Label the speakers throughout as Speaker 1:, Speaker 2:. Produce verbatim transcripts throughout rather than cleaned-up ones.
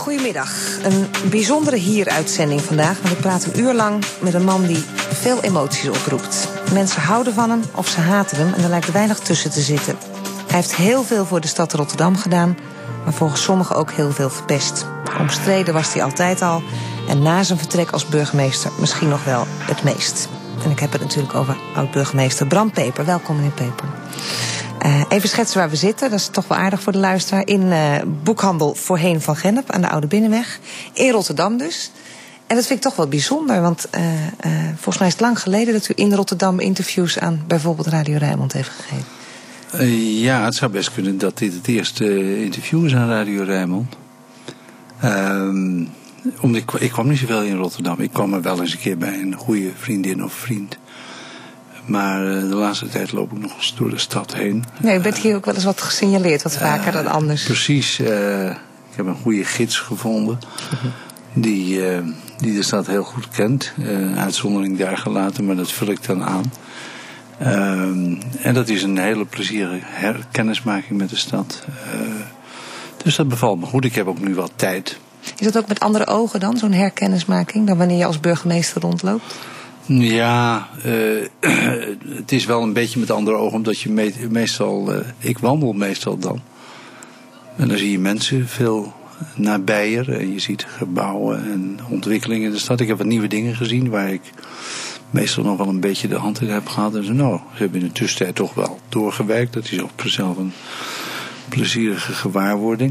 Speaker 1: Goedemiddag. Een bijzondere hier-uitzending vandaag, want ik praat een uur lang met een man die veel emoties oproept. Mensen houden van hem of ze haten hem en er lijkt weinig tussen te zitten. Hij heeft heel veel voor de stad Rotterdam gedaan, maar volgens sommigen ook heel veel verpest. Omstreden was hij altijd al en na zijn vertrek als burgemeester misschien nog wel het meest. En ik heb het natuurlijk over oud-burgemeester Bram Peper. Welkom, meneer Peper. Uh, even schetsen waar we zitten, dat is toch wel aardig voor de luisteraar. In uh, boekhandel Voorheen van Gennep aan de Oude Binnenweg. In Rotterdam dus. En dat vind ik toch wel bijzonder, want uh, uh, volgens mij is het lang geleden dat u in Rotterdam interviews aan bijvoorbeeld Radio Rijnmond heeft gegeven.
Speaker 2: Uh, ja, het zou best kunnen dat dit het eerste interview is aan Radio Rijnmond. Uh, omdat ik, ik kwam niet zoveel in Rotterdam. Ik kwam er wel eens een keer bij een goede vriendin of vriend. Maar uh, de laatste tijd loop ik nog eens door de stad heen.
Speaker 1: Nee, u bent hier ook wel eens wat gesignaleerd, wat vaker uh, dan anders.
Speaker 2: Precies. Uh, ik heb een goede gids gevonden. Uh-huh. Die, uh, die de stad heel goed kent. Uh, uitzondering daar gelaten, maar dat vul ik dan aan. Uh, en dat is een hele plezierige herkennismaking met de stad. Uh, dus dat bevalt me goed. Ik heb ook nu wat tijd.
Speaker 1: Is dat ook met andere ogen dan, zo'n herkennismaking, dan wanneer je als burgemeester rondloopt?
Speaker 2: Ja, uh, het is wel een beetje met andere ogen, omdat je me- meestal, uh, ik wandel meestal dan. En dan zie je mensen veel nabijer en je ziet gebouwen en ontwikkelingen in de stad. Ik heb wat nieuwe dingen gezien waar ik meestal nog wel een beetje de hand in heb gehad. En zo, nou, ze hebben in de tussentijd toch wel doorgewerkt. Dat is ook voor zelf een plezierige gewaarwording.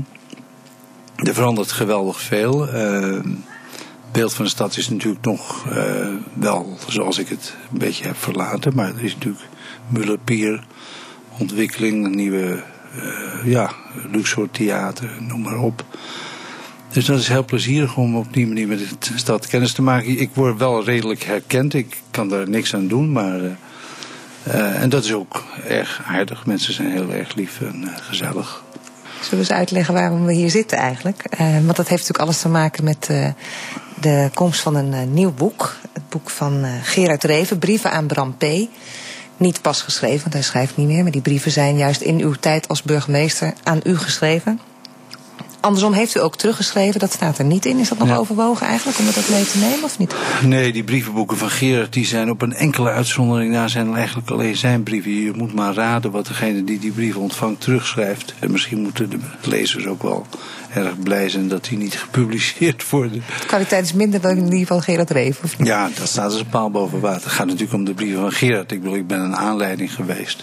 Speaker 2: Er verandert geweldig veel. Uh, Het beeld van de stad is natuurlijk nog uh, wel zoals ik het een beetje heb verlaten. Maar er is natuurlijk Muller-Pier, ontwikkeling, nieuwe uh, ja, Luxor theater, noem maar op. Dus dat is heel plezierig om op die manier met de stad kennis te maken. Ik word wel redelijk herkend, ik kan daar niks aan doen. Maar, uh, uh, en dat is ook erg aardig. Mensen zijn heel erg lief en uh, gezellig.
Speaker 1: Zullen we eens uitleggen waarom we hier zitten eigenlijk? Uh, want dat heeft natuurlijk alles te maken met uh, de komst van een uh, nieuw boek. Het boek van uh, Gerard Reven, Brieven aan Bram P. Niet pas geschreven, want hij schrijft niet meer. Maar die brieven zijn juist in uw tijd als burgemeester aan u geschreven. Andersom heeft u ook teruggeschreven, dat staat er niet in. Is dat nog ja. overwogen eigenlijk, om dat mee te nemen of niet?
Speaker 2: Nee, die brievenboeken van Gerard die zijn op een enkele uitzondering na zijn eigenlijk alleen zijn brieven. Je moet maar raden wat degene die die brieven ontvangt terugschrijft. En misschien moeten de lezers ook wel erg blij zijn dat die niet gepubliceerd worden.
Speaker 1: De kwaliteit is minder dan die van Gerard Reven, of niet?
Speaker 2: Ja, dat staat als een paal boven water. Het gaat natuurlijk om de brieven van Gerard. Ik bedoel, ik ben een aanleiding geweest.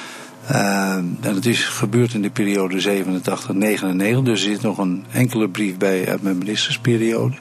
Speaker 2: Uh, en dat is gebeurd in de periode zevenentachtig negenennegentig. Dus er zit nog een enkele brief bij uit mijn ministersperiode.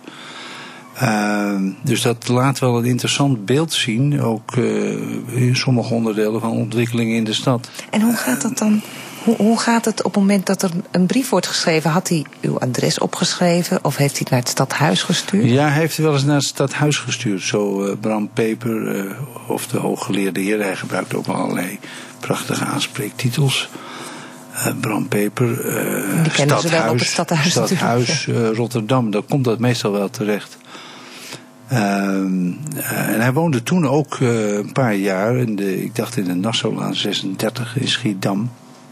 Speaker 2: Uh, dus dat laat wel een interessant beeld zien. Ook uh, in sommige onderdelen van ontwikkelingen in de stad.
Speaker 1: En hoe gaat dat dan? Hoe, hoe gaat het op het moment dat er een brief wordt geschreven? Had hij uw adres opgeschreven of heeft hij het naar het stadhuis gestuurd?
Speaker 2: Ja, hij heeft het wel eens naar het stadhuis gestuurd. Zo uh, Bram Peper uh, of de hooggeleerde heer. Hij gebruikt ook allerlei prachtige aanspreektitels. Uh, Bram Peper, uh,
Speaker 1: Die kennen ze wel op het stadhuis.
Speaker 2: Stadhuis uh, Rotterdam, daar komt dat meestal wel terecht. Uh, uh, en hij woonde toen ook uh, een paar jaar, in de, ik dacht in de Nassaulaan zesendertig in Schiedam.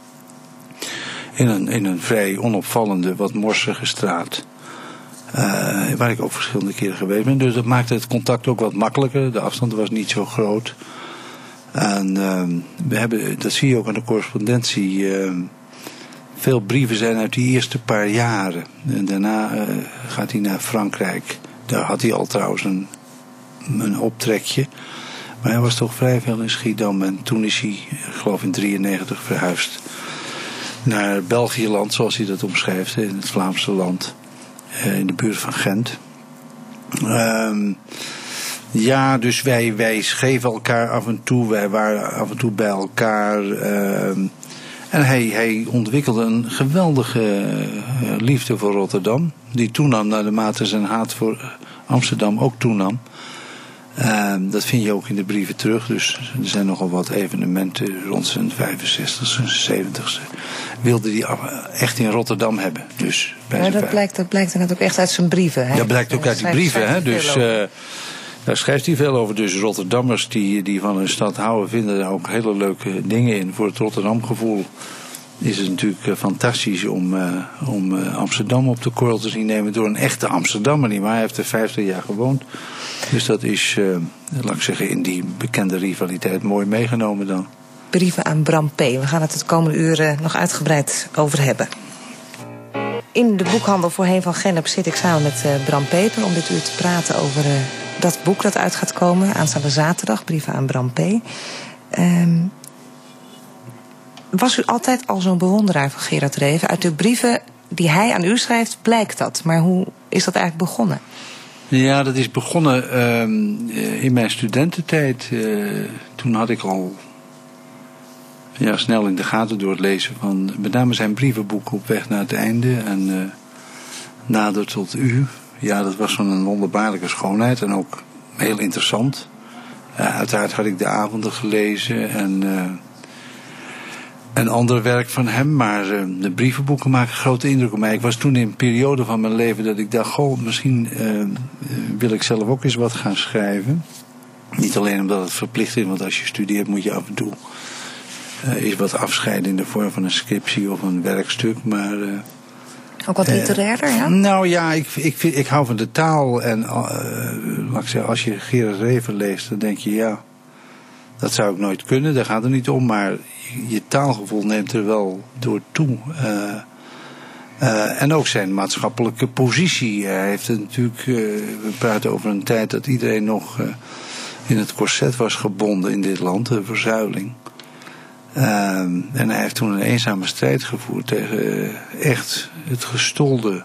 Speaker 2: In een, in een vrij onopvallende, wat morsige straat. Uh, waar ik ook verschillende keren geweest ben. Dus dat maakte het contact ook wat makkelijker. De afstand was niet zo groot. En uh, we hebben, dat zie je ook aan de correspondentie. Uh, veel brieven zijn uit die eerste paar jaren. En daarna uh, gaat hij naar Frankrijk. Daar had hij al trouwens een, een optrekje. Maar hij was toch vrij veel in Schiedam. En toen is hij, ik geloof in drieënnegentig, verhuisd naar Belgiëland, zoals hij dat omschrijft, in het Vlaamse land. Uh, in de buurt van Gent. Um, Ja, dus wij, wij schreven elkaar af en toe. Wij waren af en toe bij elkaar. Uh, en hij, hij ontwikkelde een geweldige uh, liefde voor Rotterdam. Die toenam naar de mate zijn haat voor Amsterdam ook toenam. Uh, dat vind je ook in de brieven terug. Dus er zijn nogal wat evenementen rond zijn vijfenzestigste, zeventigste. Wilde hij echt in Rotterdam hebben. Dus bij
Speaker 1: ja, dat, blijkt, dat blijkt inderdaad ook echt uit zijn brieven. Hè?
Speaker 2: Dat blijkt ook uit die brieven. Hè? Dus uh, daar schrijft hij veel over. Dus Rotterdammers die, die van hun stad houden, vinden er ook hele leuke dingen in voor het Rotterdam gevoel. is het natuurlijk uh, fantastisch om, uh, om uh, Amsterdam op de korrel te zien nemen door een echte Amsterdammer. Niet waar? Hij heeft er vijftig jaar gewoond. Dus dat is, uh, laat ik zeggen, in die bekende rivaliteit mooi meegenomen dan.
Speaker 1: Brieven aan Bram P. We gaan het het komende uur uh, nog uitgebreid over hebben. In de boekhandel voorheen van Gennep zit ik samen met uh, Bram Peper om dit uur te praten over uh, dat boek dat uit gaat komen aanstaande zaterdag, Brieven aan Bram P. Um, was u altijd al zo'n bewonderaar van Gerard Reven? Uit de brieven die hij aan u schrijft blijkt dat. Maar hoe is dat eigenlijk begonnen?
Speaker 2: Ja, dat is begonnen uh, in mijn studententijd. Uh, toen had ik al ja, snel in de gaten door het lezen van met name zijn brievenboek Op weg naar het einde en uh, Nader tot u. Ja, dat was van een wonderbaarlijke schoonheid en ook heel interessant. Uh, uiteraard had ik de avonden gelezen en uh, een ander werk van hem, maar uh, de brievenboeken maken grote indruk op mij. Ik was toen in een periode van mijn leven dat ik dacht, goh, misschien uh, wil ik zelf ook eens wat gaan schrijven. Niet alleen omdat het verplicht is, want als je studeert moet je af en toe uh, eens wat afscheiden in de vorm van een scriptie of een werkstuk, maar Uh,
Speaker 1: ook wat literairder, ja?
Speaker 2: Uh, nou ja, ik, ik, vind, ik hou van de taal. En uh, laat ik zeggen, als je Gerard Reven leest, dan denk je, ja, dat zou ik nooit kunnen. Daar gaat het niet om. Maar je, je taalgevoel neemt er wel door toe. Uh, uh, en ook zijn maatschappelijke positie. Hij heeft het natuurlijk, uh, we praten over een tijd dat iedereen nog uh, in het corset was gebonden in dit land. De verzuiling. Uh, en hij heeft toen een eenzame strijd gevoerd tegen uh, echt het gestolde,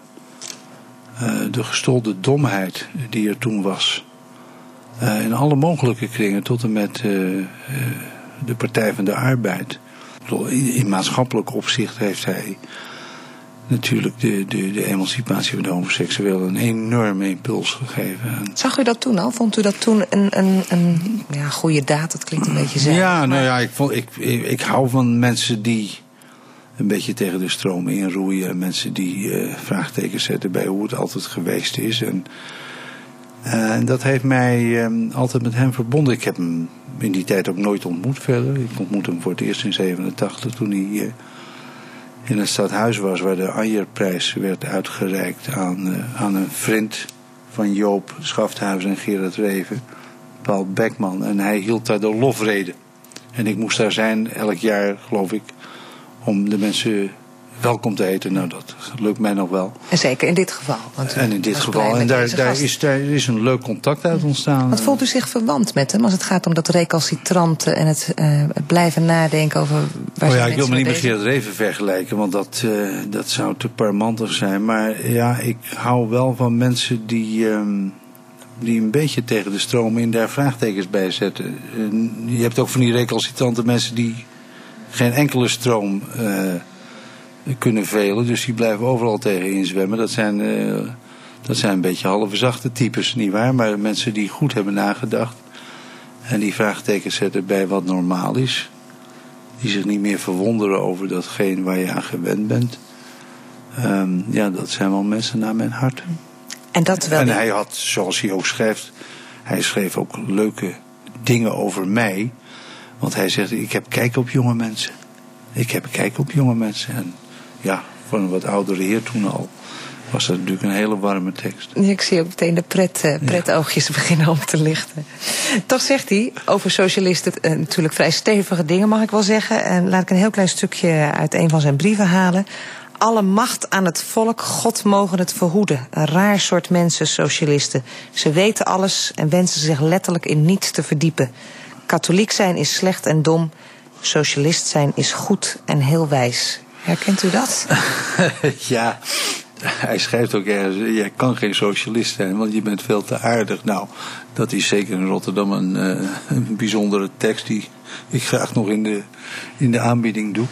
Speaker 2: uh, de gestolde domheid die er toen was. Uh, in alle mogelijke kringen, tot en met uh, uh, de Partij van de Arbeid. In, in maatschappelijk opzicht heeft hij natuurlijk de, de, de emancipatie van de homoseksuelen een enorme impuls gegeven.
Speaker 1: Zag u dat toen al? Vond u dat toen een, een, een ja, goede daad? Dat klinkt een beetje zeggen.
Speaker 2: Ja, maar... nou ja, ik, vond, ik, ik, ik hou van mensen die een beetje tegen de stroom inroeien. Mensen die uh, vraagtekens zetten bij hoe het altijd geweest is. En uh, dat heeft mij uh, altijd met hem verbonden. Ik heb hem in die tijd ook nooit ontmoet verder. Ik ontmoette hem voor het eerst in zevenentachtig toen hij Uh, in het stadhuis was waar de Anjerprijs werd uitgereikt aan, uh, aan een vriend van Joop Schafthuis en Gerard Reven, Paul Beckman. En hij hield daar de lofrede. En ik moest daar zijn elk jaar, geloof ik, om de mensen welkom te heten. Nou, dat lukt mij nog wel.
Speaker 1: En zeker in dit geval. Want
Speaker 2: en in dit geval. En daar, daar, is, daar is een leuk contact uit ontstaan.
Speaker 1: Wat voelt u zich verwant met hem als het gaat om dat recalcitrante en het, uh, het blijven nadenken over waar
Speaker 2: oh
Speaker 1: ja,
Speaker 2: ik wil me niet met
Speaker 1: deze...
Speaker 2: Gerard Reven vergelijken, want dat, uh, dat zou te parmantig zijn. Maar ja, ik hou wel van mensen die, um, die een beetje tegen de stroom in daar vraagtekens bij zetten. Uh, je hebt ook van die recalcitrante mensen die geen enkele stroom Uh, kunnen velen, dus die blijven overal tegen inzwemmen. Dat zijn, uh, dat zijn een beetje halve zachte types, nietwaar? Maar mensen die goed hebben nagedacht en die vraagtekens zetten bij wat normaal is, die zich niet meer verwonderen over datgene waar je aan gewend bent. Um, ja, dat zijn wel mensen naar mijn hart.
Speaker 1: En dat wel.
Speaker 2: En hij had, zoals hij ook schrijft, hij schreef ook leuke dingen over mij. Want hij zegt, ik heb kijk op jonge mensen. Ik heb kijk op jonge mensen. En ja, voor een wat oudere heer toen al was dat natuurlijk een hele warme tekst.
Speaker 1: Ik zie ook meteen de pret, uh, pretoogjes ja. beginnen om te lichten. Toch zegt hij over socialisten uh, natuurlijk vrij stevige dingen, mag ik wel zeggen. En laat ik een heel klein stukje uit een van zijn brieven halen. Alle macht aan het volk, God mogen het verhoeden. Een raar soort mensen, socialisten. Ze weten alles en wensen zich letterlijk in niets te verdiepen. Katholiek zijn is slecht en dom. Socialist zijn is goed en heel wijs. Herkent u dat?
Speaker 2: Ja, hij schrijft ook ergens, jij kan geen socialist zijn, want je bent veel te aardig. Nou, dat is zeker in Rotterdam een, uh, een bijzondere tekst die ik graag nog in de, in de aanbieding doe.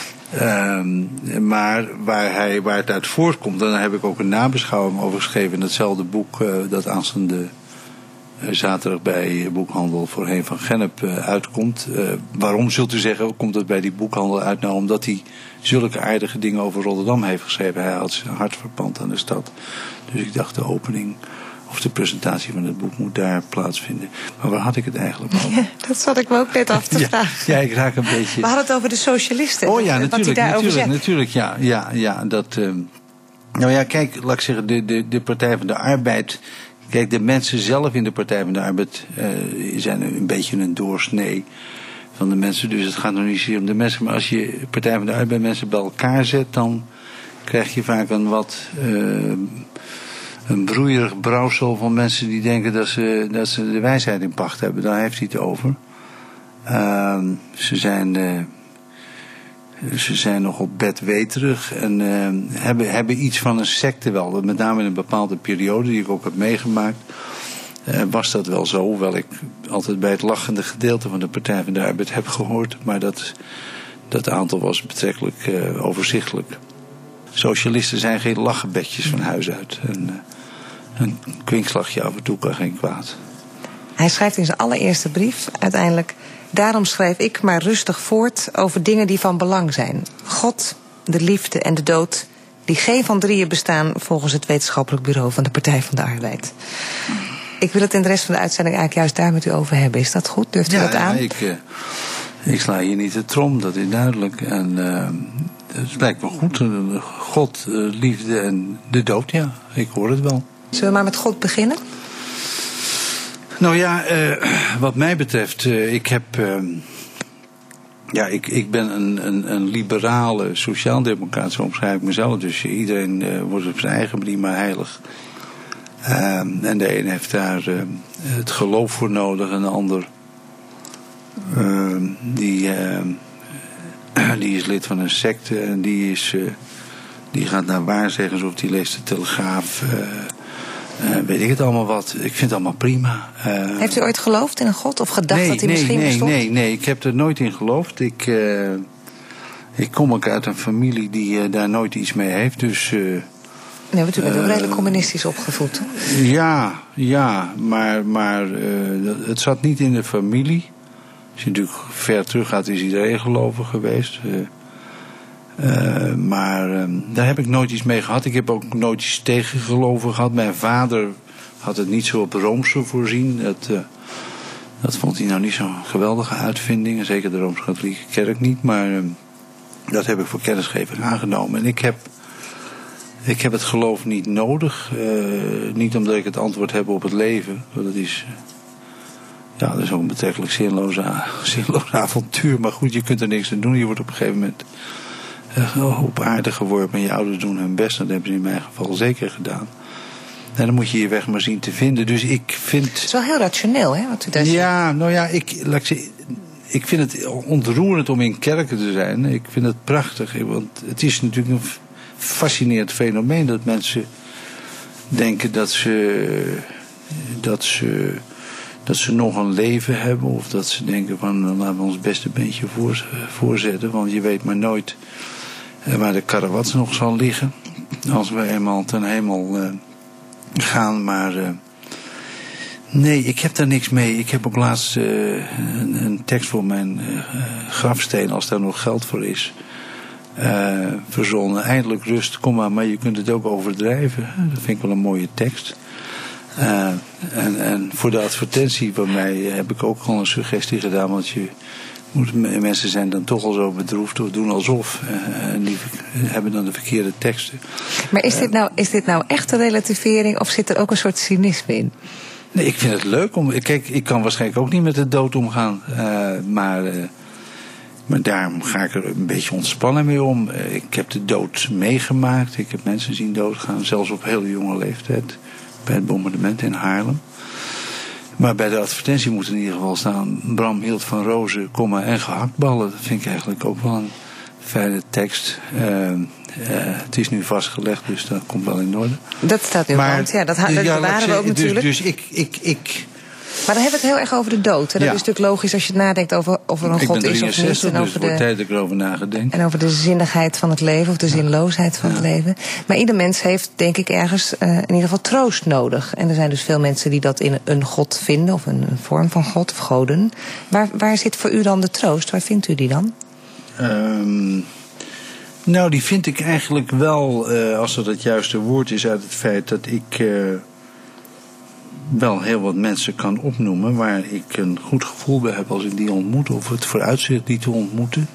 Speaker 2: Um, maar waar, hij, waar het uit voortkomt, en daar heb ik ook een nabeschouwing over geschreven in datzelfde boek uh, dat aanstaande uh, zaterdag bij boekhandel voorheen van Gennep uh, uitkomt. Uh, waarom zult u zeggen, komt het bij die boekhandel uit? Nou, omdat hij zulke aardige dingen over Rotterdam heeft geschreven. Hij had zijn hart verpand aan de stad. Dus ik dacht, de opening Of de presentatie van het boek moet daar plaatsvinden. Maar waar had ik het eigenlijk over?
Speaker 1: Ja, dat zat ik me ook net af te
Speaker 2: ja,
Speaker 1: vragen.
Speaker 2: Ja, ik raak een beetje...
Speaker 1: We hadden het over de socialisten.
Speaker 2: Oh ja, natuurlijk, natuurlijk,
Speaker 1: zegt.
Speaker 2: natuurlijk, ja, ja, ja, dat... Uh, nou ja, kijk, laat ik zeggen, de, de, de Partij van de Arbeid... Kijk, de mensen zelf in de Partij van de Arbeid uh, zijn een beetje een doorsnee van de mensen. Dus het gaat nog niet zozeer om de mensen. Maar als je Partij van de Arbeid mensen bij elkaar zet, dan krijg je vaak een wat... Uh, een broeierig brouwsel van mensen die denken dat ze, dat ze de wijsheid in pacht hebben. Daar heeft hij het over. Uh, ze zijn... Uh, Ze zijn nogal bedweterig en uh, hebben, hebben iets van een secte wel. Met name in een bepaalde periode die ik ook heb meegemaakt, uh, was dat wel zo. Hoewel ik altijd bij het lachende gedeelte van de Partij van de Arbeid heb gehoord. Maar dat, dat aantal was betrekkelijk uh, overzichtelijk. Socialisten zijn geen lachenbedjes van huis uit. En, uh, een kwinkslagje af en toe kan geen kwaad.
Speaker 1: Hij schrijft in zijn allereerste brief uiteindelijk... Daarom schrijf ik maar rustig voort over dingen die van belang zijn. God, de liefde en de dood, die geen van drieën bestaan volgens het wetenschappelijk bureau van de Partij van de Arbeid. Ik wil het in de rest van de uitzending eigenlijk juist daar met u over hebben. Is dat goed? Durft u
Speaker 2: ja,
Speaker 1: dat aan?
Speaker 2: Ja, ik, uh, ik sla hier niet de trom, dat is duidelijk. En uh, het lijkt me goed. God, uh, liefde en de dood, ja. Ik hoor het wel.
Speaker 1: Zullen we maar met God beginnen?
Speaker 2: Nou ja, uh, wat mij betreft, uh, ik heb... Uh, ja, ik, ik ben een, een, een liberale sociaaldemocraat, zo omschrijf ik mezelf. Dus iedereen uh, wordt op zijn eigen manier maar heilig. Uh, en de een heeft daar uh, het geloof voor nodig, en de ander... Uh, die, uh, die is lid van een secte en die, is, uh, die gaat naar waarzeggens of die leest de Telegraaf... Uh, Uh, weet ik het allemaal wat. Ik vind het allemaal prima. Uh,
Speaker 1: Heeft u ooit geloofd in een God of gedacht
Speaker 2: nee,
Speaker 1: dat hij
Speaker 2: nee,
Speaker 1: misschien
Speaker 2: nee,
Speaker 1: bestond?
Speaker 2: Nee, nee, ik heb er nooit in geloofd. Ik, uh, ik kom ook uit een familie die uh, daar nooit iets mee heeft. Dus, uh,
Speaker 1: nee, want u bent ook
Speaker 2: uh,
Speaker 1: redelijk communistisch opgevoed.
Speaker 2: Ja, ja, maar, maar uh, het zat niet in de familie. Als je natuurlijk ver terug gaat, is iedereen gelovig geweest. Uh, Uh, maar uh, daar heb ik nooit iets mee gehad. Ik heb ook nooit iets tegen geloven gehad. Mijn vader had het niet zo op Roomse voorzien. Dat, uh, dat vond hij nou niet zo'n geweldige uitvinding. Zeker de Rooms-Katholieke Kerk niet. Maar uh, dat heb ik voor kennisgeving aangenomen. En ik heb, ik heb het geloof niet nodig. Uh, niet omdat ik het antwoord heb op het leven. Dat is... Uh, ja, dat is ook een betrekkelijk zinloze, zinloze avontuur. Maar goed, je kunt er niks aan doen. Je wordt op een gegeven moment... Uh, op aarde geworpen en je ouders doen hun best. Dat hebben ze in mijn geval zeker gedaan. En dan moet je je weg maar zien te vinden. Dus ik vind...
Speaker 1: Het is wel heel rationeel, hè, wat u daar zegt.
Speaker 2: Ja, nou ja, ik, laat ik, zeggen, ik vind het ontroerend om in kerken te zijn. Ik vind het prachtig. Want het is natuurlijk een fascinerend fenomeen dat mensen denken dat ze... dat ze... dat ze nog een leven hebben. Of dat ze denken van, laten we ons beste beentje voor, voorzetten. Want je weet maar nooit... waar de karawats nog zal liggen. Als we eenmaal ten hemel uh, gaan. Maar uh, nee, ik heb daar niks mee. Ik heb ook laatst uh, een, een tekst voor mijn uh, grafsteen, als daar nog geld voor is, uh, verzonnen. Eindelijk rust, kom maar, maar je kunt het ook overdrijven. Dat vind ik wel een mooie tekst. Uh, en, en voor de advertentie bij mij heb ik ook al een suggestie gedaan. Want je mensen zijn dan toch al zo bedroefd of doen alsof. Uh, en die hebben dan de verkeerde teksten.
Speaker 1: Maar is dit, nou, is dit nou echt een relativering of zit er ook een soort cynisme in?
Speaker 2: Nee, ik vind het leuk om... Kijk, ik kan waarschijnlijk ook niet met de dood omgaan. Uh, maar, uh, maar daarom ga ik er een beetje ontspannen mee om. Uh, ik heb de dood meegemaakt. Ik heb mensen zien doodgaan, zelfs op hele jonge leeftijd. Bij het bombardement in Haarlem. Maar bij de advertentie moet in ieder geval staan... Bram hield van rozen, komma en gehaktballen. Dat vind ik eigenlijk ook wel een fijne tekst. Uh, uh, het is nu vastgelegd, dus dat komt wel in orde.
Speaker 1: Dat staat nu
Speaker 2: maar,
Speaker 1: want, ja, dat, dat
Speaker 2: ja,
Speaker 1: bewaren we ook
Speaker 2: dus,
Speaker 1: natuurlijk.
Speaker 2: Dus ik... ik, ik
Speaker 1: maar dan hebben we het heel erg over de dood. En dat
Speaker 2: ja.
Speaker 1: is natuurlijk logisch als je nadenkt over of er een
Speaker 2: ik
Speaker 1: God
Speaker 2: ben
Speaker 1: is of niet. En
Speaker 2: dus
Speaker 1: over
Speaker 2: het wordt
Speaker 1: de,
Speaker 2: tijd dat ik erover nagedenk.
Speaker 1: En over de zinnigheid van het leven of de zinloosheid van ja. het leven. Maar ieder mens heeft, denk ik, ergens uh, in ieder geval troost nodig. En er zijn dus veel mensen die dat in een God vinden, of een, een vorm van God of goden. Waar, waar zit voor u dan de troost? Waar vindt u die dan?
Speaker 2: Um, nou, die vind ik eigenlijk wel, uh, als dat het juiste woord is, uit het feit dat ik... Uh, wel heel wat mensen kan opnoemen waar ik een goed gevoel bij heb als ik die ontmoet, of het vooruitzicht die te ontmoeten.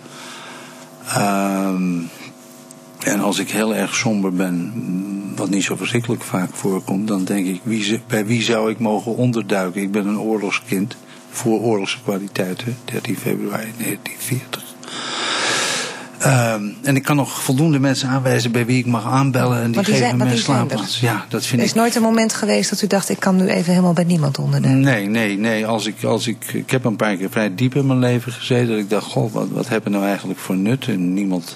Speaker 2: Um, en als ik heel erg somber ben, wat niet zo verschrikkelijk vaak voorkomt, dan denk ik, wie, bij wie zou ik mogen onderduiken? Ik ben een oorlogskind, voor oorlogse kwaliteiten, dertien februari negentien veertig. Um, en ik kan nog voldoende mensen aanwijzen bij wie ik mag aanbellen en die, die geven me een slaapplaats. Ja, dat vind
Speaker 1: er
Speaker 2: ik.
Speaker 1: is nooit een moment geweest dat u dacht, ik kan nu even helemaal bij niemand onderduiken?
Speaker 2: Nee, nee, nee. Als ik, als ik, ik heb een paar keer vrij diep in mijn leven gezeten dat ik dacht, goh, wat, wat heb je nou eigenlijk voor nut? En niemand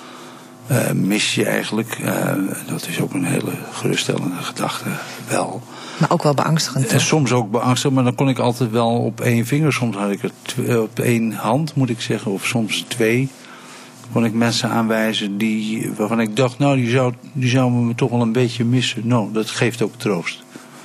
Speaker 2: uh, mis je eigenlijk. Uh, dat is ook een hele geruststellende gedachte, wel.
Speaker 1: Maar ook wel beangstigend.
Speaker 2: En soms ook beangstigend, maar dan kon ik altijd wel op één vinger. Soms had ik het tw- op één hand, moet ik zeggen, of soms twee. Kon ik mensen aanwijzen die, waarvan ik dacht, nou, die zou, die zou me toch wel een beetje missen. Nou, dat geeft ook troost.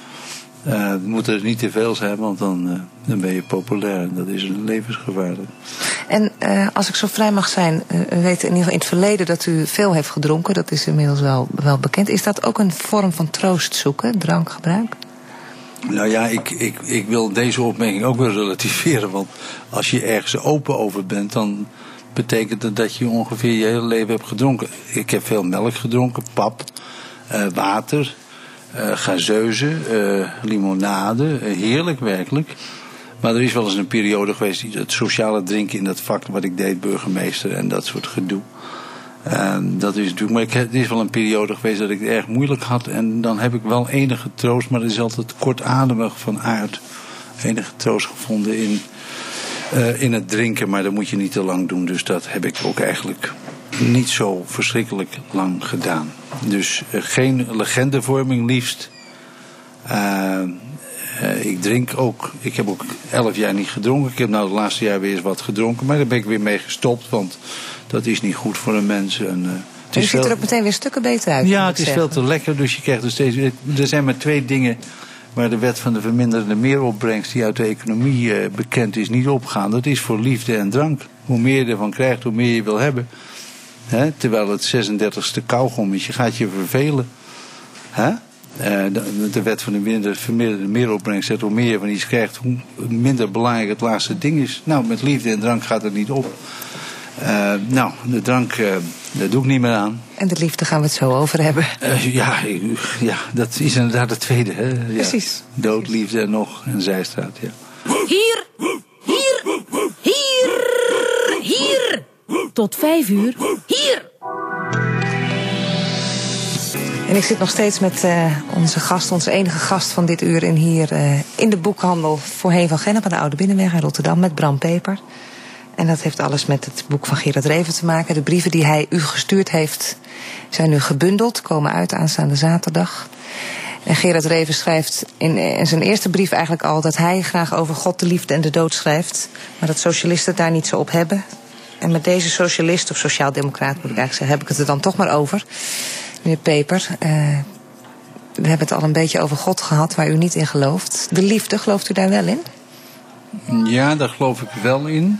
Speaker 2: Uh, het moet er niet te veel zijn, want dan, uh, dan ben je populair. En dat is levensgevaarlijk.
Speaker 1: En uh, als ik zo vrij mag zijn, uh, we weten in ieder geval in het verleden dat u veel heeft gedronken. Dat is inmiddels wel, wel bekend. Is dat ook een vorm van troost zoeken, drankgebruik?
Speaker 2: Nou ja, ik, ik, ik wil deze opmerking ook wel relativeren. Want als je ergens open over bent, dan betekent het dat je ongeveer je hele leven hebt gedronken. Ik heb veel melk gedronken, pap, uh, water, uh, gazeuze, uh, limonade. Uh, heerlijk, werkelijk. Maar er is wel eens een periode geweest, het sociale drinken in dat vak wat ik deed, burgemeester en dat soort gedoe. Uh, dat is natuurlijk, maar ik, het is wel een periode geweest dat ik het erg moeilijk had. En dan heb ik wel enige troost, maar dat is altijd kortademig van aard. Enige troost gevonden in... Uh, in het drinken, maar dat moet je niet te lang doen. Dus dat heb ik ook eigenlijk niet zo verschrikkelijk lang gedaan. Dus uh, geen legendevorming liefst. Uh, uh, ik drink ook, ik heb ook elf jaar niet gedronken. Ik heb nou het laatste jaar weer eens wat gedronken, maar daar ben ik weer mee gestopt, want dat is niet goed voor een mens. En, uh, het
Speaker 1: je
Speaker 2: is
Speaker 1: ziet er
Speaker 2: veel...
Speaker 1: ook meteen weer stukken beter uit.
Speaker 2: Ja, het is veel te lekker, dus je krijgt er steeds... Er zijn maar twee dingen waar de wet van de verminderde meeropbrengst die uit de economie uh, bekend is niet opgaan. Dat is voor liefde en drank. Hoe meer je ervan krijgt, hoe meer je wil hebben. He? Terwijl het zesendertigste kauwgom is, je gaat je vervelen. He? Uh, de, de wet van de verminderde meeropbrengst zegt, hoe meer je van iets krijgt, hoe minder belangrijk het laatste ding is. Nou, met liefde en drank gaat het niet op. Uh, nou, de drank, uh, daar doe ik niet meer aan.
Speaker 1: En de liefde gaan we het zo over hebben.
Speaker 2: Uh, ja, ja, dat is inderdaad het tweede. Hè? Ja.
Speaker 1: Precies.
Speaker 2: Dood, liefde en nog een zijstraat, ja.
Speaker 3: Hier, hier, hier, hier. Tot vijf uur, hier.
Speaker 1: En ik zit nog steeds met uh, onze gast, onze enige gast van dit uur in hier uh, in de boekhandel Voorheen van Gennep aan de Oude Binnenweg in Rotterdam met Bram Peper. En dat heeft alles met het boek van Gerard Reven te maken. De brieven die hij u gestuurd heeft zijn nu gebundeld, komen uit aanstaande zaterdag. En Gerard Reven schrijft in, in zijn eerste brief eigenlijk al dat hij graag over God, de liefde en de dood schrijft. Maar dat socialisten het daar niet zo op hebben. En met deze socialist, of sociaaldemocraat moet ik eigenlijk zeggen, heb ik het er dan toch maar over. Meneer Peper, uh, we hebben het al een beetje over God gehad waar u niet in gelooft. De liefde, gelooft u daar wel in?
Speaker 2: Ja, daar geloof ik wel in.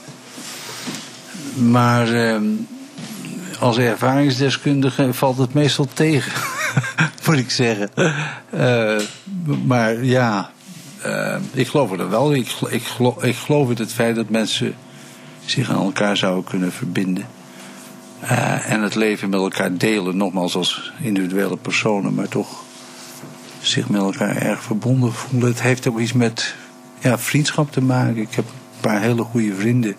Speaker 2: Maar uh, als ervaringsdeskundige valt het meestal tegen, moet ik zeggen. Uh, maar ja, uh, ik geloof er wel. Ik, ik, geloof, ik geloof in het feit dat mensen zich aan elkaar zouden kunnen verbinden. Uh, en het leven met elkaar delen, nogmaals als individuele personen, maar toch zich met elkaar erg verbonden voelen. Het heeft ook iets met ja, vriendschap te maken. Ik heb een paar hele goede vrienden.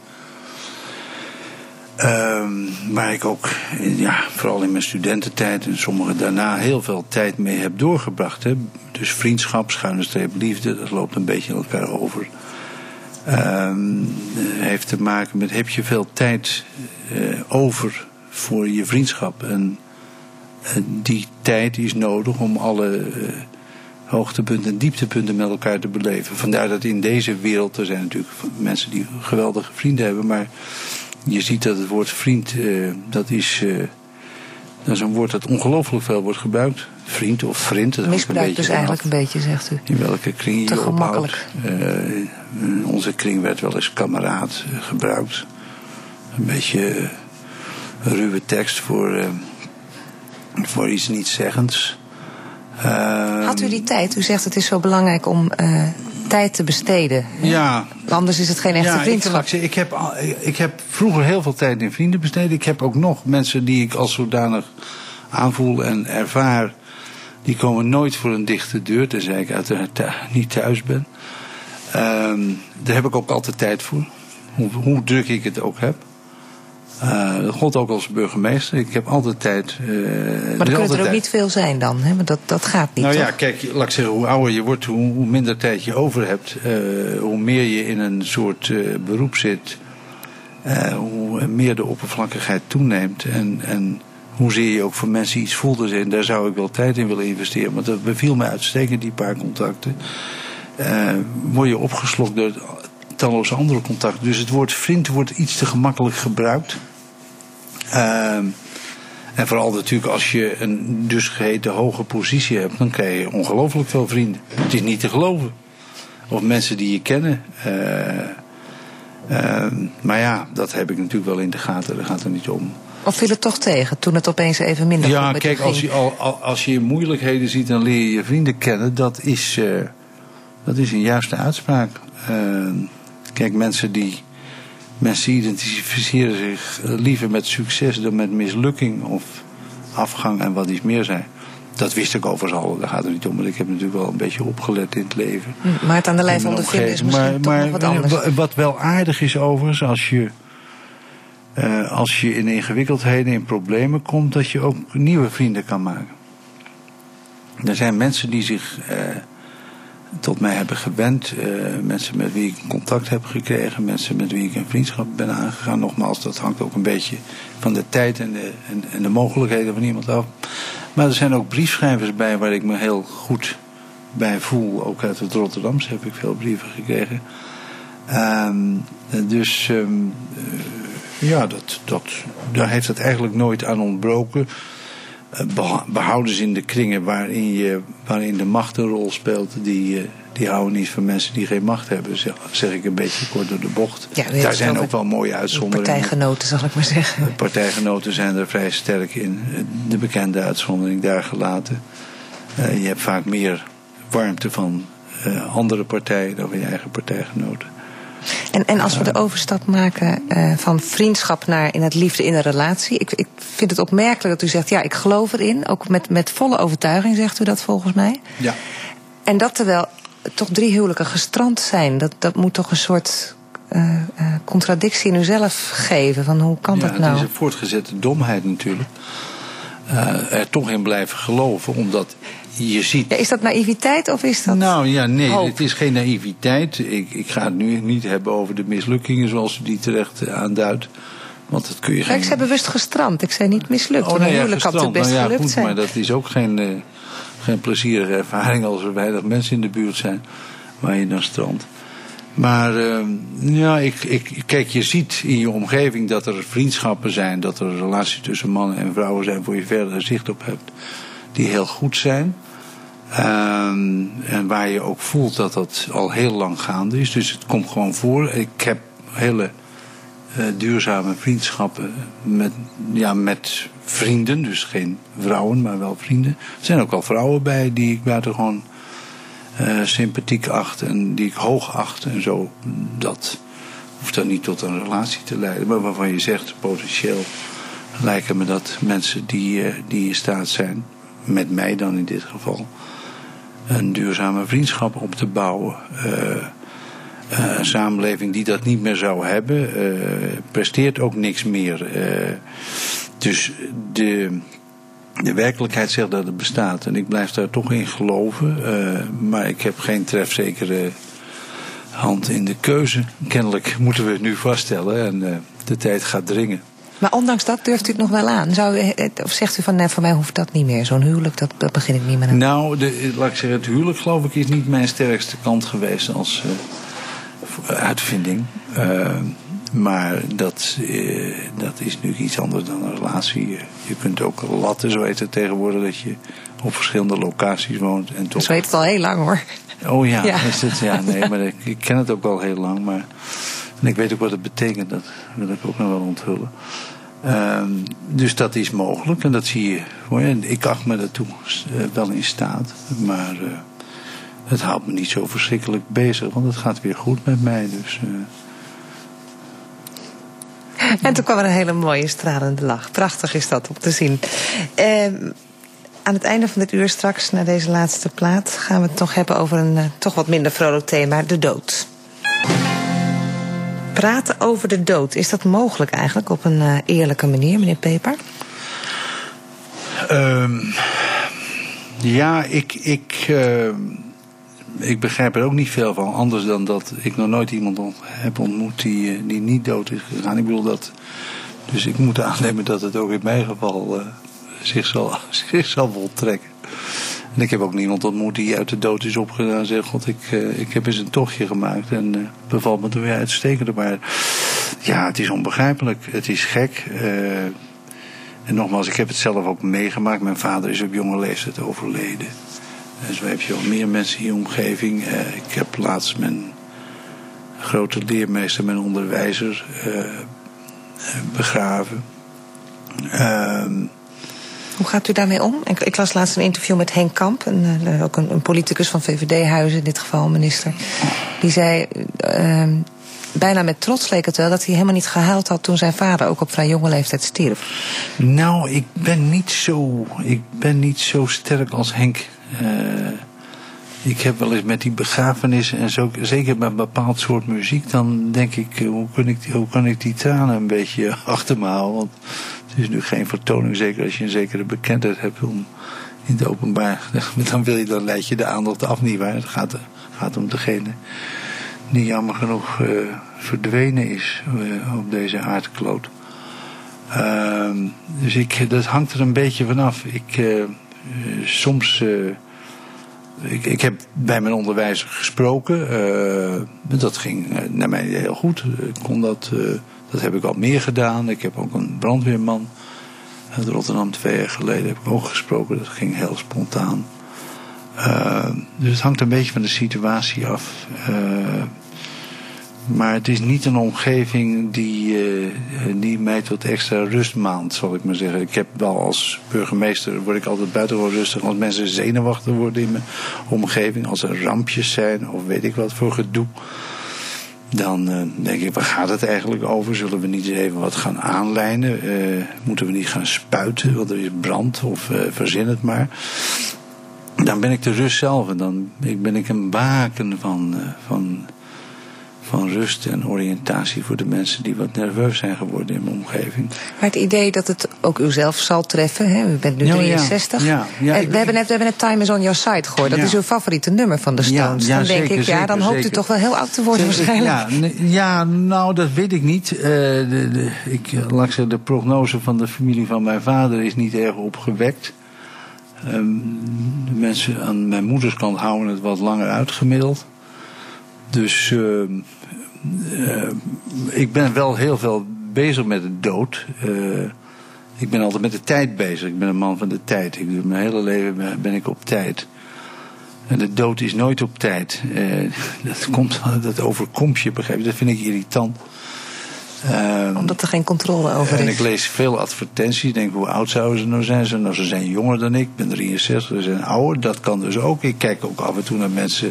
Speaker 2: Um, waar ik ook, ja, vooral in mijn studententijd en sommige daarna heel veel tijd mee heb doorgebracht. Hè. Dus vriendschap, schuine streep liefde, dat loopt een beetje in elkaar over. Um, heeft te maken met, heb je veel tijd uh, over voor je vriendschap? En uh, die tijd is nodig om alle uh, hoogtepunten en dieptepunten met elkaar te beleven. Vandaar dat in deze wereld, er zijn natuurlijk mensen die geweldige vrienden hebben, maar je ziet dat het woord vriend, uh, dat is, uh, dat is een woord dat ongelooflijk veel wordt gebruikt. Vriend of vriend. Dat
Speaker 1: misbruikt dus eigenlijk een beetje, zegt u.
Speaker 2: In welke kring je
Speaker 1: te
Speaker 2: je
Speaker 1: gemakkelijk.
Speaker 2: ophoudt. Uh, in onze kring werd wel eens kameraad uh, gebruikt. Een beetje uh, ruwe tekst voor, uh, voor iets nietszeggends. Uh,
Speaker 1: Had had u die tijd? U zegt het is zo belangrijk om uh, tijd te besteden.
Speaker 2: Ja.
Speaker 1: Anders is het geen echte
Speaker 2: ja,
Speaker 1: vriendschap.
Speaker 2: Ik, ik, heb, ik heb vroeger heel veel tijd in vrienden besteed. Ik heb ook nog mensen die ik als zodanig aanvoel en ervaar. Die komen nooit voor een dichte deur, tenzij ik uiteraard niet thuis ben. Um, daar heb ik ook altijd tijd voor. Hoe, hoe druk ik het ook heb. Uh, dat gold ook als burgemeester. Ik heb altijd tijd. Uh,
Speaker 1: maar dan kunnen er ook tijd. Niet veel zijn dan, hè? Want dat, dat gaat niet.
Speaker 2: Nou
Speaker 1: toch?
Speaker 2: ja, kijk, laat ik zeggen, hoe ouder je wordt, hoe, hoe minder tijd je over hebt. Uh, hoe meer je in een soort uh, beroep zit. Uh, hoe meer de oppervlakkigheid toeneemt. En, en hoezeer je ook voor mensen iets voelde. En daar zou ik wel tijd in willen investeren. Want dat beviel mij uitstekend, die paar contacten. Uh, word je opgeslokt door talloze andere contacten. Dus het woord vriend wordt iets te gemakkelijk gebruikt. Uh, en vooral natuurlijk als je een dus geheten hoge positie hebt, dan krijg je ongelooflijk veel vrienden. Het is niet te geloven. Of mensen die je kennen. Uh, uh, maar ja, dat heb ik natuurlijk wel in de gaten. Daar gaat het niet om.
Speaker 1: Of viel het toch tegen, toen het opeens even minder
Speaker 2: ja,
Speaker 1: goed met
Speaker 2: kijk, als je, al, als je moeilijkheden ziet, dan leer je je vrienden kennen. Dat is, uh, dat is een juiste uitspraak. Uh, kijk, mensen die mensen identificeren zich liever met succes dan met mislukking of afgang en wat iets meer zijn. Dat wist ik overigens al, daar gaat het niet om. Maar ik heb natuurlijk wel een beetje opgelet in het leven.
Speaker 1: Maar het aan de lijf ondervinden is misschien
Speaker 2: maar,
Speaker 1: toch
Speaker 2: maar,
Speaker 1: nog wat anders.
Speaker 2: Wat wel aardig is overigens, als je, uh, als je in ingewikkeldheden, in problemen komt, dat je ook nieuwe vrienden kan maken. Er zijn mensen die zich uh, tot mij hebben gewend. Uh, mensen met wie ik contact heb gekregen. Mensen met wie ik een vriendschap ben aangegaan. Nogmaals, dat hangt ook een beetje van de tijd en de, en, en de mogelijkheden van iemand af. Maar er zijn ook briefschrijvers bij waar ik me heel goed bij voel. Ook uit het Rotterdamse heb ik veel brieven gekregen. Um, dus um, uh, ja, dat, dat, daar heeft het eigenlijk nooit aan ontbroken. Behoudens in de kringen waarin, je, waarin de macht een rol speelt, die, die houden niet van mensen die geen macht hebben, zeg, zeg ik een beetje kort door de bocht. Ja, daar zijn ook wel mooie uitzonderingen.
Speaker 1: Partijgenoten, zal ik maar zeggen.
Speaker 2: De partijgenoten zijn er vrij sterk in. De bekende uitzondering daar gelaten. Uh, je hebt vaak meer warmte van uh, andere partijen dan van je eigen partijgenoten.
Speaker 1: En, en als we de overstap maken uh, van vriendschap naar in het liefde in een relatie. Ik, ik vind het opmerkelijk dat u zegt, ja, ik geloof erin. Ook met, met volle overtuiging zegt u dat volgens mij.
Speaker 2: Ja.
Speaker 1: En dat terwijl toch drie huwelijken gestrand zijn. Dat, dat moet toch een soort uh, uh, contradictie in uzelf geven. Van hoe kan
Speaker 2: ja,
Speaker 1: dat nou?
Speaker 2: Het is een voortgezette domheid natuurlijk. Uh, er toch in blijven geloven, omdat je ziet...
Speaker 1: Ja, is dat naïviteit of is dat...
Speaker 2: Nou ja, nee,
Speaker 1: hoop?
Speaker 2: Het is geen naïviteit. Ik, ik ga het nu niet hebben over de mislukkingen zoals u die terecht aanduidt. Want dat kun je
Speaker 1: ja,
Speaker 2: geen...
Speaker 1: ik zei bewust gestrand, ik zei niet mislukt.
Speaker 2: Oh, nee, ja,
Speaker 1: huwelijk had het best
Speaker 2: nou, ja,
Speaker 1: gelukt
Speaker 2: goed,
Speaker 1: zijn.
Speaker 2: Maar dat is ook geen, uh, geen plezierige ervaring als er weinig mensen in de buurt zijn waar je dan strandt. Maar uh, ja, ik, ik, kijk, je ziet in je omgeving dat er vriendschappen zijn, dat er relaties tussen mannen en vrouwen zijn waar je verder zicht op hebt, die heel goed zijn. Um, en waar je ook voelt dat dat al heel lang gaande is. Dus het komt gewoon voor. Ik heb hele uh, duurzame vriendschappen met, ja, met vrienden. Dus geen vrouwen, maar wel vrienden. Er zijn ook wel vrouwen bij die ik buitengewoon uh, sympathiek acht en die ik hoog acht en zo. Dat hoeft dan niet tot een relatie te leiden. Maar waarvan je zegt, potentieel lijken me dat mensen die, uh, die in staat zijn, met mij dan in dit geval, een duurzame vriendschap op te bouwen. Uh, uh, een samenleving die dat niet meer zou hebben, uh, presteert ook niks meer. Uh, dus de, de werkelijkheid zegt dat het bestaat. En ik blijf daar toch in geloven. Uh, maar ik heb geen trefzekere hand in de keuze. Kennelijk moeten we het nu vaststellen. En uh, de tijd gaat dringen.
Speaker 1: Maar ondanks dat durft u het nog wel aan? Zou u, of zegt u van, nee, voor mij hoeft dat niet meer. Zo'n huwelijk, dat, dat begin ik niet meer aan.
Speaker 2: Nou, de, laat ik zeggen, het huwelijk geloof ik is niet mijn sterkste kant geweest als uh, uitvinding. Uh, maar dat, uh, dat is nu iets anders dan een relatie. Je kunt ook latten, zo heet het tegenwoordig, dat je op verschillende locaties woont. En toch...
Speaker 1: Zo heet het al heel lang, hoor.
Speaker 2: Oh ja,
Speaker 1: ja.
Speaker 2: Is het, ja nee, maar ik, ik ken het ook al heel lang. Maar en ik weet ook wat het betekent, dat wil ik ook nog wel onthullen. Uh, dus dat is mogelijk en dat zie je. Ik acht me daartoe uh, wel in staat. Maar uh, het houdt me niet zo verschrikkelijk bezig. Want het gaat weer goed met mij. Dus, uh...
Speaker 1: En toen kwam er een hele mooie stralende lach. Prachtig is dat om te zien. Uh, aan het einde van dit uur straks, na deze laatste plaat, gaan we het nog hebben over een uh, toch wat minder vrolijk thema, de dood. Praten over de dood, is dat mogelijk eigenlijk op een uh, eerlijke manier, meneer Peper?
Speaker 2: Um, ja, ik, ik, uh, ik begrijp er ook niet veel van. Anders dan dat ik nog nooit iemand ont- heb ontmoet die, uh, die niet dood is gegaan. Ik bedoel dat. Dus ik moet aannemen dat het ook in mijn geval uh, zich, zal, zich zal voltrekken. En ik heb ook niemand ontmoet die uit de dood is opgedaan en zegt: God, ik, uh, ik heb eens een tochtje gemaakt en uh, bevalt me er weer uitstekend. Maar ja, het is onbegrijpelijk. Het is gek. Uh, en nogmaals, ik heb het zelf ook meegemaakt. Mijn vader is op jonge leeftijd overleden. En zo heb je al meer mensen in je omgeving. Uh, ik heb laatst mijn grote leermeester, mijn onderwijzer, uh, begraven. Uh,
Speaker 1: Hoe gaat u daarmee om? Ik, ik las laatst een interview met Henk Kamp, een, uh, ook een, een politicus van V V D-huizen, in dit geval een minister. Die zei, uh, bijna met trots leek het wel, dat hij helemaal niet gehuild had toen zijn vader ook op vrij jonge leeftijd stierf.
Speaker 2: Nou, ik ben niet zo, ik ben niet zo sterk als Henk. Uh, ik heb wel eens met die begrafenissen en zo, zeker met een bepaald soort muziek, dan denk ik, hoe kan ik, hoe kan ik die tranen een beetje achter me houden? Want het is nu geen vertoning, zeker als je een zekere bekendheid hebt om in het openbaar. Dan wil je, dan leid je de aandacht af, niet waar? Het gaat, gaat om degene die jammer genoeg uh, verdwenen is uh, op deze aardkloot. Uh, dus ik, dat hangt er een beetje vanaf. Ik, uh, uh, soms, uh, ik, ik heb bij mijn onderwijzer gesproken. Uh, dat ging uh, naar mij heel goed. Ik kon dat... Uh, Dat heb ik al meer gedaan. Ik heb ook een brandweerman uit Rotterdam twee jaar geleden heb ik ook gesproken. Dat ging heel spontaan. Uh, dus het hangt een beetje van de situatie af. Uh, maar het is niet een omgeving die, uh, die mij tot extra rust maand, zal ik maar zeggen. Ik heb wel als burgemeester, word ik altijd buitengewoon rustig als mensen zenuwachtig worden in mijn omgeving. Als er rampjes zijn of weet ik wat voor gedoe. Dan uh, denk ik, waar gaat het eigenlijk over? Zullen we niet eens even wat gaan aanlijnen? Uh, moeten we niet gaan spuiten, want er is brand of uh, verzin het maar. Dan ben ik de rust zelf en dan ben ik een baken van, uh, van, van rust en oriëntatie voor de mensen die wat nerveus zijn geworden in mijn omgeving.
Speaker 1: Maar het idee dat het ook uzelf zal treffen, hè? U bent nu drieënzestig. Ja, ja, ja, ik, we, hebben net, we hebben net Time is on Your Side gehoord. Dat ja. is uw favoriete nummer van de Stones. Ja, ja, dan denk zeker, ik, ja, dan zeker, hoopt u zeker. toch wel heel oud te worden zeker, waarschijnlijk.
Speaker 2: Ja, ja, nou, dat weet ik niet. Uh, de, de, ik, laat ik zeggen, de prognose van de familie van mijn vader is niet erg opgewekt. Um, de mensen aan mijn moeders kant houden het wat langer uitgemiddeld. Dus uh, uh, ik ben wel heel veel bezig met de dood. Uh, ik ben altijd met de tijd bezig. Ik ben een man van de tijd. Ik, mijn hele leven ben ik op tijd. En de dood is nooit op tijd. Uh, dat, komt, dat overkomt je, begrijp je. Dat vind ik irritant.
Speaker 1: Um, Omdat er geen controle over is.
Speaker 2: En ik lees veel advertenties. Ik denk, hoe oud zouden ze nou zijn? Ze, nou, ze zijn jonger dan ik. Ik ben drieënzestig, ze zijn ouder. Dat kan dus ook. Ik kijk ook af en toe naar mensen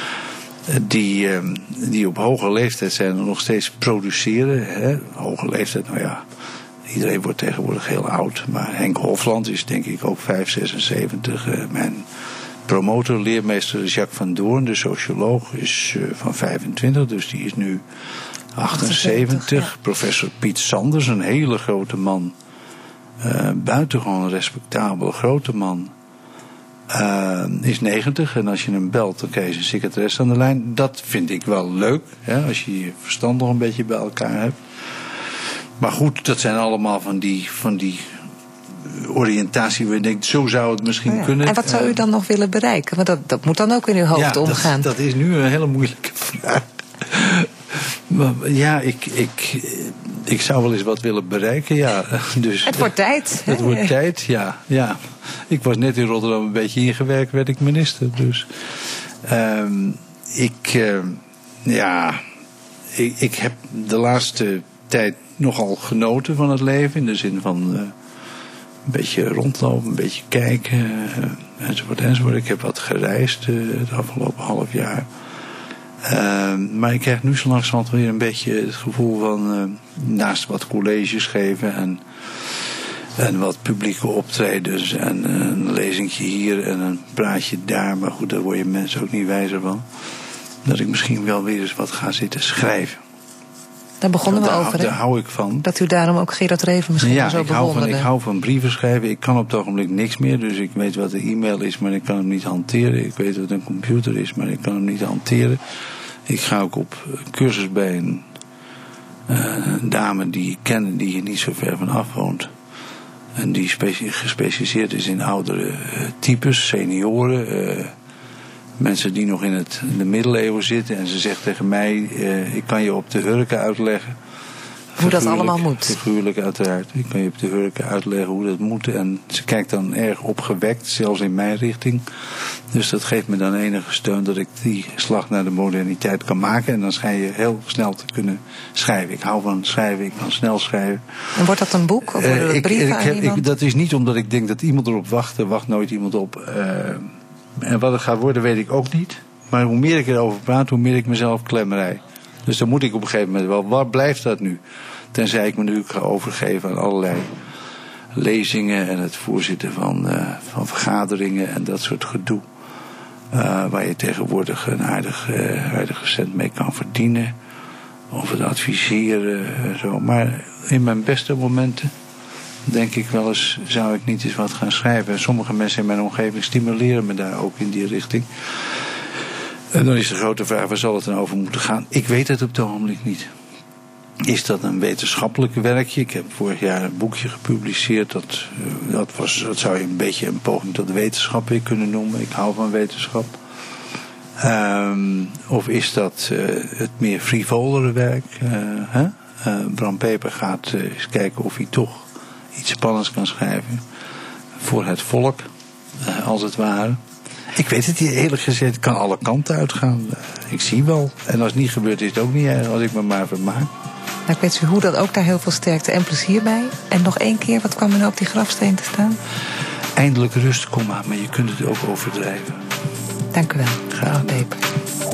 Speaker 2: die, die op hoge leeftijd zijn en nog steeds produceren. Hè? Hoge leeftijd, nou ja, iedereen wordt tegenwoordig heel oud. Maar Henk Hofland is denk ik ook vijf, zesenzeventig. Mijn promotor, leermeester Jacques van Doorn, de socioloog, is van vijfentwintig. Dus die is nu achtenzeventig. Ja. Professor Piet Sanders, een hele grote man. Uh, buitengewoon respectabele grote man. Uh, is negentig en als je hem belt dan krijg je een secretaresse aan de lijn. Dat vind ik wel leuk, hè, als je je verstand nog een beetje bij elkaar hebt. Maar goed, dat zijn allemaal van die, van die oriëntatie waar je denkt, zo zou het misschien oh ja. kunnen.
Speaker 1: En wat zou u dan nog willen bereiken? Want dat, dat moet dan ook in uw hoofd
Speaker 2: ja,
Speaker 1: omgaan.
Speaker 2: Dat, dat is nu een hele moeilijke vraag. Maar, ja, ik, ik, ik zou wel eens wat willen bereiken, ja. Dus,
Speaker 1: het wordt tijd.
Speaker 2: Het wordt tijd, ja, ja. Ik was net in Rotterdam een beetje ingewerkt, werd ik minister. Dus um, ik, uh, ja, ik, ik heb de laatste tijd nogal genoten van het leven. In de zin van uh, een beetje rondlopen, een beetje kijken, uh, enzovoort, enzovoort. Ik heb wat gereisd uh, het afgelopen half jaar. Uh, maar ik krijg nu zo langzamerhand weer een beetje het gevoel van uh, naast wat colleges geven en, en wat publieke optredens en een lezingje hier en een praatje daar. Maar goed, daar word je mensen ook niet wijzer van. Dat ik misschien wel weer eens wat ga zitten schrijven.
Speaker 1: Daar begonnen we
Speaker 2: daar,
Speaker 1: over, hè?
Speaker 2: Daar hou ik van.
Speaker 1: Dat u daarom ook Gerard Reven misschien
Speaker 2: ja,
Speaker 1: zo
Speaker 2: ik hou
Speaker 1: bewonderde.
Speaker 2: van, ik hou van brieven schrijven. Ik kan op het ogenblik niks meer. Dus ik weet wat de e-mail is, maar ik kan hem niet hanteren. Ik weet wat een computer is, maar ik kan hem niet hanteren. Ik ga ook op cursus bij een, uh, een dame die ik ken, die hier niet zo ver van af woont. En die specie- gespecialiseerd is in oudere uh, types, senioren. Uh, mensen die nog in, het, in de middeleeuwen zitten. En ze zegt tegen mij, uh, ik kan je op de hurken uitleggen.
Speaker 1: Hoe dat allemaal moet.
Speaker 2: Figuurlijk uiteraard. Ik kan je op de hurken uitleggen hoe dat moet. En ze kijkt dan erg opgewekt, zelfs in mijn richting. Dus dat geeft me dan enige steun dat ik die slag naar de moderniteit kan maken. En dan schijn je heel snel te kunnen schrijven. Ik hou van schrijven, ik kan snel schrijven.
Speaker 1: En wordt dat een boek? Of worden
Speaker 2: uh, ik,
Speaker 1: brieven
Speaker 2: ik,
Speaker 1: aan
Speaker 2: heb,
Speaker 1: iemand?
Speaker 2: ik, dat is niet omdat ik denk dat iemand erop wacht. Er wacht nooit iemand op. Uh, en wat het gaat worden weet ik ook niet. Maar hoe meer ik erover praat, hoe meer ik mezelf klemmerij. Dus dan moet ik op een gegeven moment wel, waar blijft dat nu? Tenzij ik me nu ga overgeven aan allerlei lezingen en het voorzitten van, uh, van vergaderingen en dat soort gedoe. Uh, waar je tegenwoordig een aardig, uh, aardige cent mee kan verdienen. Of het adviseren en zo. Maar in mijn beste momenten denk ik wel eens, zou ik niet eens wat gaan schrijven. En sommige mensen in mijn omgeving stimuleren me daar ook in die richting. En dan is de grote vraag, waar zal het dan over moeten gaan? Ik weet het op het ogenblik niet. Is dat een wetenschappelijk werkje? Ik heb vorig jaar een boekje gepubliceerd. Dat, dat, was, dat zou je een beetje een poging tot wetenschap weer kunnen noemen. Ik hou van wetenschap. Um, of is dat uh, het meer frivolere werk? Uh, hè? Uh, Bram Peper gaat uh, eens kijken of hij toch iets spannends kan schrijven. Voor het volk, uh, als het ware. Ik weet het hier eerlijk gezegd, het kan alle kanten uitgaan. Uh, ik zie wel. En als het niet gebeurt is het ook niet erg als ik me maar vermaak.
Speaker 1: Nou, ik weet u hoe dat ook daar heel veel sterkte en plezier bij. En nog één keer, wat kwam er nou op die grafsteen te staan?
Speaker 2: Eindelijk rust, komma, maar je kunt het ook overdrijven.
Speaker 1: Dank u wel,
Speaker 2: Graag.
Speaker 1: Peper.